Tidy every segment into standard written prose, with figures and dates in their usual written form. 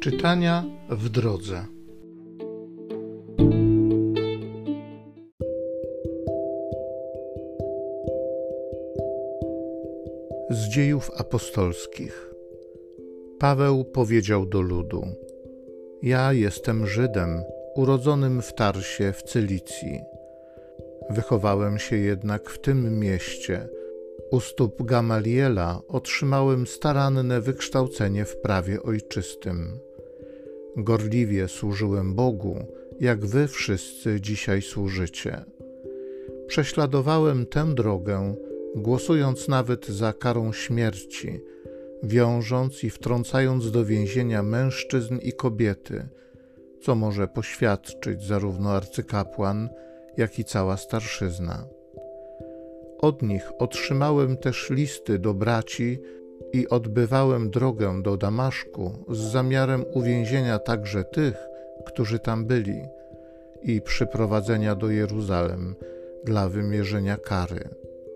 Czytania w drodze. Z Dziejów Apostolskich. Paweł powiedział do ludu: Ja jestem Żydem, urodzonym w Tarsie w Cylicji. Wychowałem się jednak w tym mieście. U stóp Gamaliela otrzymałem staranne wykształcenie w prawie ojczystym. Gorliwie służyłem Bogu, jak wy wszyscy dzisiaj służycie. Prześladowałem tę drogę, głosując nawet za karą śmierci, wiążąc i wtrącając do więzienia mężczyzn i kobiety, co może poświadczyć zarówno arcykapłan, jak i cała starszyzna. Od nich otrzymałem też listy do braci i odbywałem drogę do Damaszku z zamiarem uwięzienia także tych, którzy tam byli, i przyprowadzenia do Jeruzalem dla wymierzenia kary.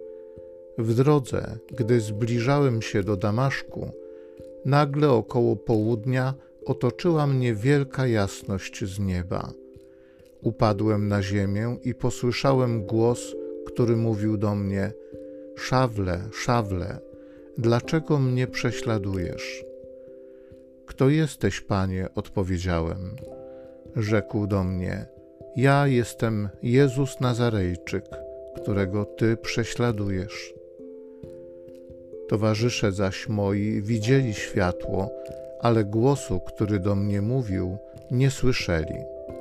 W drodze, gdy zbliżałem się do Damaszku, nagle około południa otoczyła mnie wielka jasność z nieba. Upadłem na ziemię i posłyszałem głos, który mówił do mnie: Szawle, Szawle, dlaczego mnie prześladujesz? Kto jesteś, Panie? Odpowiedziałem. Rzekł do mnie: Ja jestem Jezus Nazarejczyk, którego Ty prześladujesz. Towarzysze zaś moi widzieli światło, ale głosu, który do mnie mówił, nie słyszeli.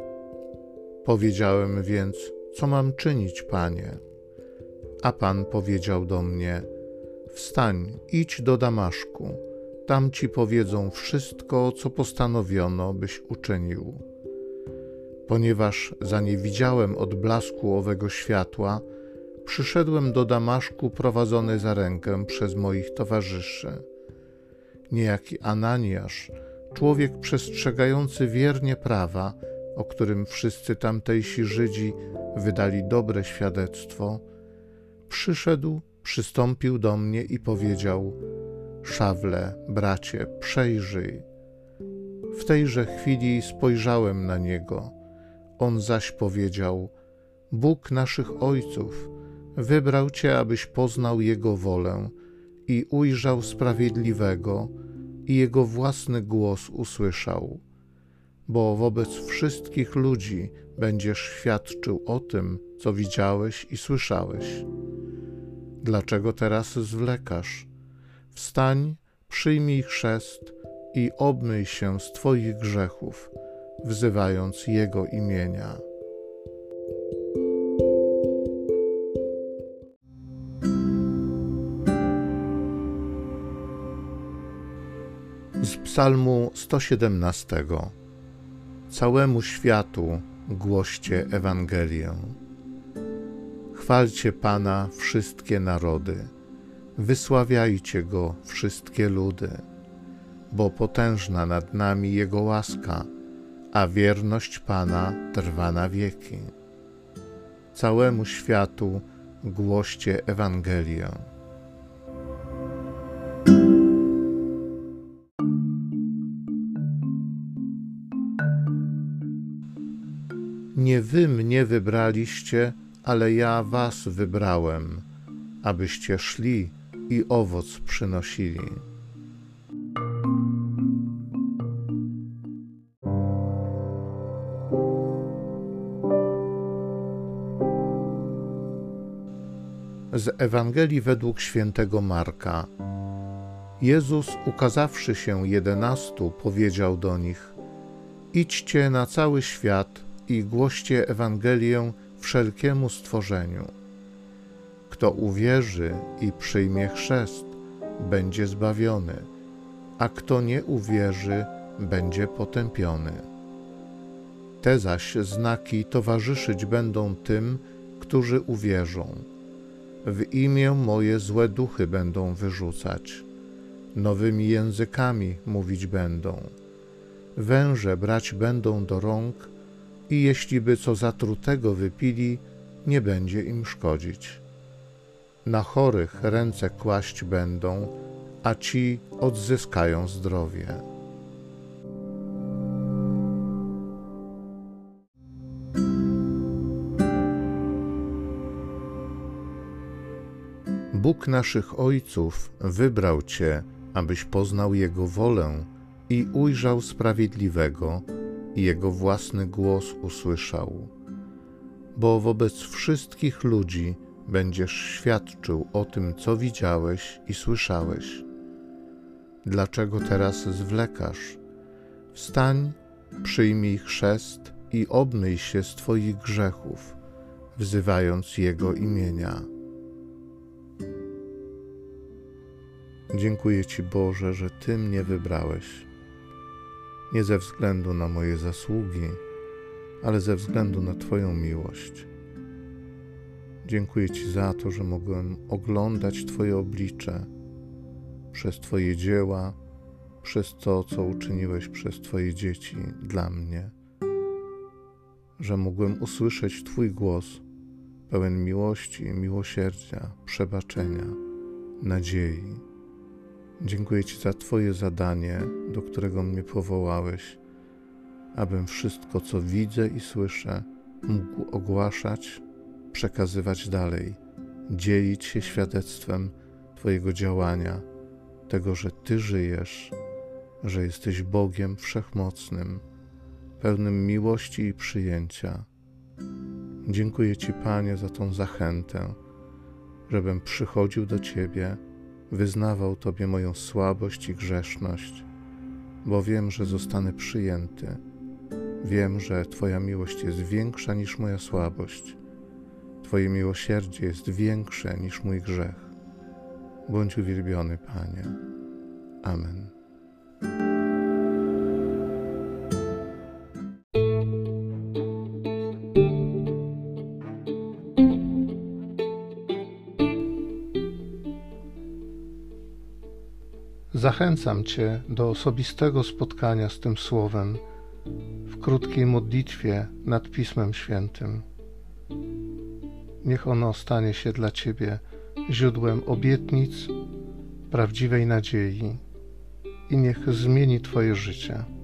Powiedziałem więc: Co mam czynić, Panie? A Pan powiedział do mnie: Wstań, idź do Damaszku, tam ci powiedzą wszystko, co postanowiono, byś uczynił. Ponieważ zaniewidziałem odblasku owego światła, przyszedłem do Damaszku prowadzony za rękę przez moich towarzyszy. Niejaki Ananiasz, człowiek przestrzegający wiernie prawa, o którym wszyscy tamtejsi Żydzi wydali dobre świadectwo, przyszedł, przystąpił do mnie i powiedział: Szawle, bracie, przejrzyj. W tejże chwili spojrzałem na niego. On zaś powiedział: Bóg naszych ojców wybrał cię, abyś poznał Jego wolę i ujrzał Sprawiedliwego i Jego własny głos usłyszał. Bo wobec wszystkich ludzi będziesz świadczył o tym, co widziałeś i słyszałeś. Dlaczego teraz zwlekasz? Wstań, przyjmij chrzest i obmyj się z twoich grzechów, wzywając Jego imienia. Z Psalmu 117. Całemu światu głoście Ewangelię. Chwalcie Pana wszystkie narody, wysławiajcie Go wszystkie ludy, bo potężna nad nami Jego łaska, a wierność Pana trwa na wieki. Całemu światu głoście Ewangelię. Nie wy mnie wybraliście, ale ja was wybrałem, abyście szli i owoc przynosili. Z Ewangelii według świętego Marka. Jezus, ukazawszy się 11, powiedział do nich: Idźcie na cały świat i głoście Ewangelię wszelkiemu stworzeniu. Kto uwierzy i przyjmie chrzest, będzie zbawiony, a kto nie uwierzy, będzie potępiony. Te zaś znaki towarzyszyć będą tym, którzy uwierzą. W imię moje złe duchy będą wyrzucać, nowymi językami mówić będą, węże brać będą do rąk i jeśli by co zatrutego wypili, nie będzie im szkodzić. Na chorych ręce kłaść będą, a ci odzyskają zdrowie. Bóg naszych ojców wybrał Cię, abyś poznał Jego wolę i ujrzał Sprawiedliwego i Jego własny głos usłyszał. Bo wobec wszystkich ludzi będziesz świadczył o tym, co widziałeś i słyszałeś. Dlaczego teraz zwlekasz? Wstań, przyjmij chrzest i obmyj się z Twoich grzechów, wzywając Jego imienia. Dziękuję Ci, Boże, że Ty mnie wybrałeś. Nie ze względu na moje zasługi, ale ze względu na Twoją miłość. Dziękuję Ci za to, że mogłem oglądać Twoje oblicze przez Twoje dzieła, przez to, co uczyniłeś przez Twoje dzieci dla mnie, że mogłem usłyszeć Twój głos pełen miłości, miłosierdzia, przebaczenia, nadziei. Dziękuję Ci za Twoje zadanie, do którego mnie powołałeś, abym wszystko, co widzę i słyszę, mógł ogłaszać, przekazywać dalej, dzielić się świadectwem Twojego działania, tego, że Ty żyjesz, że jesteś Bogiem Wszechmocnym, pełnym miłości i przyjęcia. Dziękuję Ci, Panie, za tą zachętę, żebym przychodził do Ciebie, wyznawał Tobie moją słabość i grzeszność, bo wiem, że zostanę przyjęty. Wiem, że Twoja miłość jest większa niż moja słabość. Twoje miłosierdzie jest większe niż mój grzech. Bądź uwielbiony, Panie. Amen. Zachęcam Cię do osobistego spotkania z tym Słowem w krótkiej modlitwie nad Pismem Świętym. Niech ono stanie się dla Ciebie źródłem obietnic, prawdziwej nadziei i niech zmieni Twoje życie.